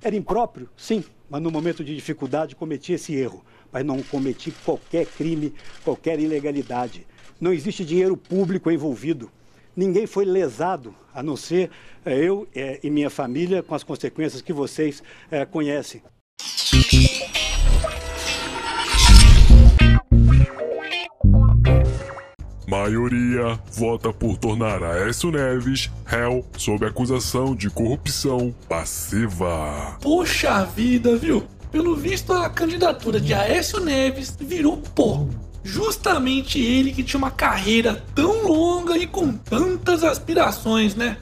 Era impróprio, sim, mas no momento de dificuldade cometi esse erro. Mas não cometi qualquer crime, qualquer ilegalidade. Não existe dinheiro público envolvido. Ninguém foi lesado, a não ser eu e minha família, com as consequências que vocês conhecem. Maioria vota por tornar Aécio Neves réu sob acusação de corrupção passiva. Poxa vida, viu? Pelo visto, a candidatura de Aécio Neves virou pó. Justamente ele que tinha uma carreira tão longa e com tantas aspirações, né?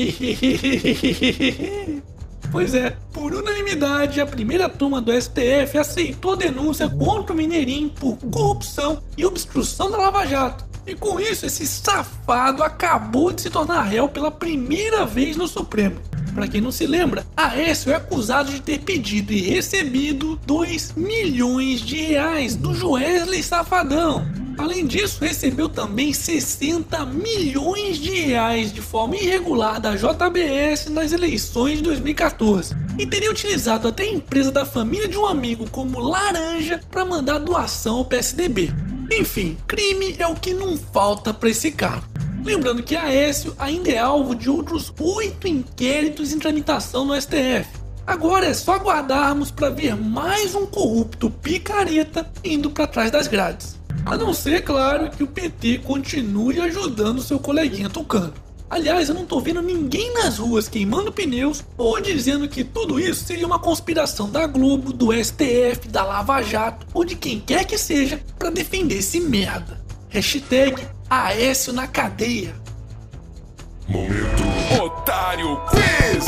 Pois é, por unanimidade, a primeira turma do STF aceitou a denúncia contra o Mineirinho por corrupção e obstrução da Lava Jato. E com isso, esse safado acabou de se tornar réu pela primeira vez no Supremo. Para quem não se lembra, Aécio é acusado de ter pedido e recebido 2 milhões de reais do Joesley Safadão. Além disso, recebeu também 60 milhões de reais de forma irregular da JBS nas eleições de 2014. E teria utilizado até a empresa da família de um amigo como laranja para mandar doação ao PSDB. Enfim, crime é o que não falta para esse cara. Lembrando que Aécio ainda é alvo de outros 8 inquéritos em tramitação no STF. Agora é só aguardarmos para ver mais um corrupto picareta indo para trás das grades. A não ser, claro, que o PT continue ajudando seu coleguinha Tucano. Aliás, eu não tô vendo ninguém nas ruas queimando pneus ou dizendo que tudo isso seria uma conspiração da Globo, do STF, da Lava Jato ou de quem quer que seja para defender esse merda. Hashtag Aécio na cadeia. Momento Otário Quiz!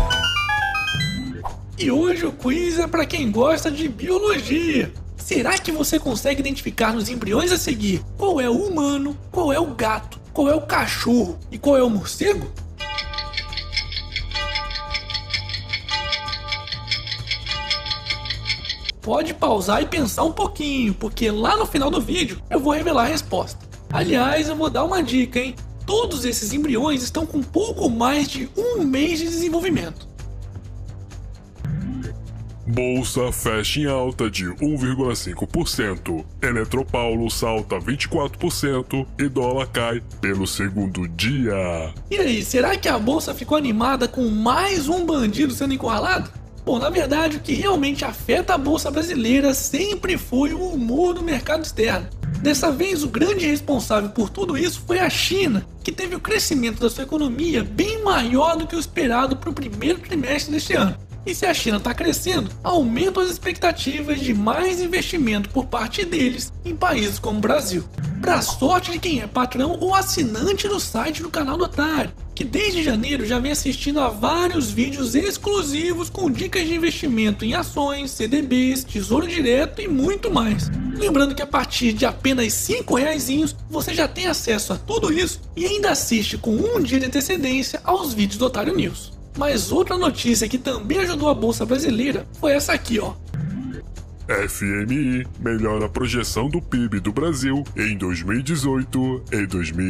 E hoje o quiz é para quem gosta de biologia. Será que você consegue identificar nos embriões a seguir qual é o humano, qual é o gato, qual é o cachorro e qual é o morcego? Pode pausar e pensar um pouquinho, porque lá no final do vídeo eu vou revelar a resposta. Aliás, eu vou dar uma dica, hein? Todos esses embriões estão com pouco mais de 1 mês de desenvolvimento. Bolsa fecha em alta de 1,5%. Eletropaulo salta 24% e dólar cai pelo segundo dia. E aí, será que a bolsa ficou animada com mais um bandido sendo encurralado? Bom, na verdade, o que realmente afeta a bolsa brasileira sempre foi o humor do mercado externo. Dessa vez, o grande responsável por tudo isso foi a China, que teve o crescimento da sua economia bem maior do que o esperado para o primeiro trimestre deste ano. E se a China está crescendo, aumentam as expectativas de mais investimento por parte deles em países como o Brasil. Para sorte de quem é patrão ou assinante do site do canal do Otário, que desde janeiro já vem assistindo a vários vídeos exclusivos com dicas de investimento em ações, CDBs, tesouro direto e muito mais. Lembrando que a partir de apenas R$5 você já tem acesso a tudo isso e ainda assiste com 1 dia de antecedência aos vídeos do Otário News. Mas outra notícia que também ajudou a bolsa brasileira foi essa aqui, ó. FMI melhora a projeção do PIB do Brasil em 2018 e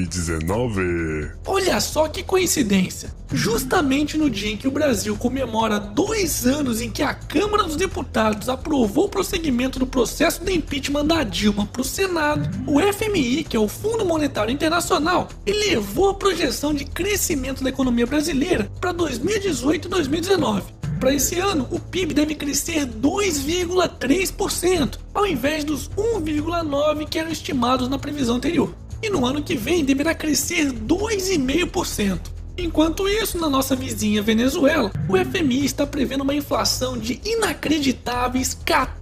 2019. Olha só que coincidência! Justamente no dia em que o Brasil comemora 2 anos em que a Câmara dos Deputados aprovou o prosseguimento do processo de impeachment da Dilma para o Senado, o FMI, que é o Fundo Monetário Internacional, elevou a projeção de crescimento da economia brasileira para 2018 e 2019. Para esse ano, o PIB deve crescer 2,3%, ao invés dos 1,9% que eram estimados na previsão anterior. E no ano que vem deverá crescer 2,5%. Enquanto isso, na nossa vizinha Venezuela, o FMI está prevendo uma inflação de inacreditáveis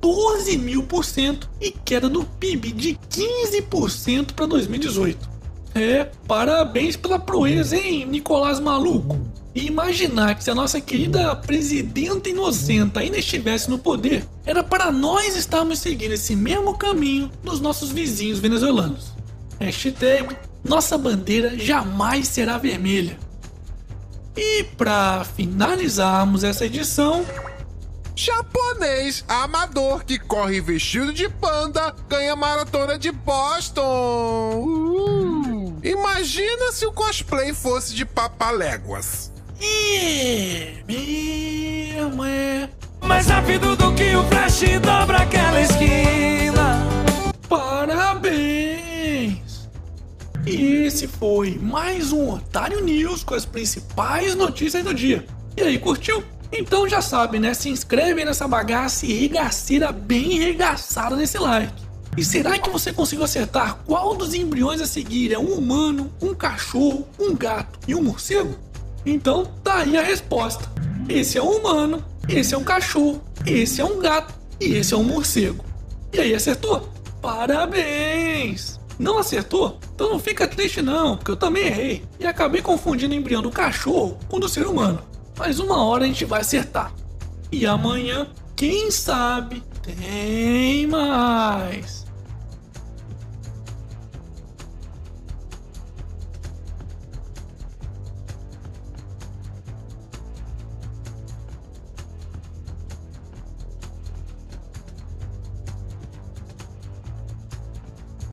14.000% e queda do PIB de 15% para 2018. Parabéns pela proeza, hein, Nicolás Maluco? E imaginar que se a nossa querida presidenta inocenta ainda estivesse no poder, era para nós estarmos seguindo esse mesmo caminho dos nossos vizinhos venezuelanos. Hashtag nossa bandeira jamais será vermelha. E para finalizarmos essa edição... Japonês amador que corre vestido de panda ganha maratona de Boston. Imagina se o cosplay fosse de Papaléguas. Mesmo é. Mais rápido do que o Flash dobra aquela esquina. Parabéns! E esse foi mais um Otário News com as principais notícias do dia. E aí, curtiu? Então já sabe, né? Se inscreve nessa bagaça e regaceira bem regaçada nesse like. E será que você conseguiu acertar qual dos embriões a seguir é um humano, um cachorro, um gato e um morcego? Então tá aí a resposta. Esse é um humano, esse é um cachorro, esse é um gato e esse é um morcego. E aí, acertou? Parabéns! Não acertou? Então não fica triste não, porque eu também errei. E acabei confundindo o embrião do cachorro com o do ser humano. Mas uma hora a gente vai acertar. E amanhã, quem sabe, tem mais.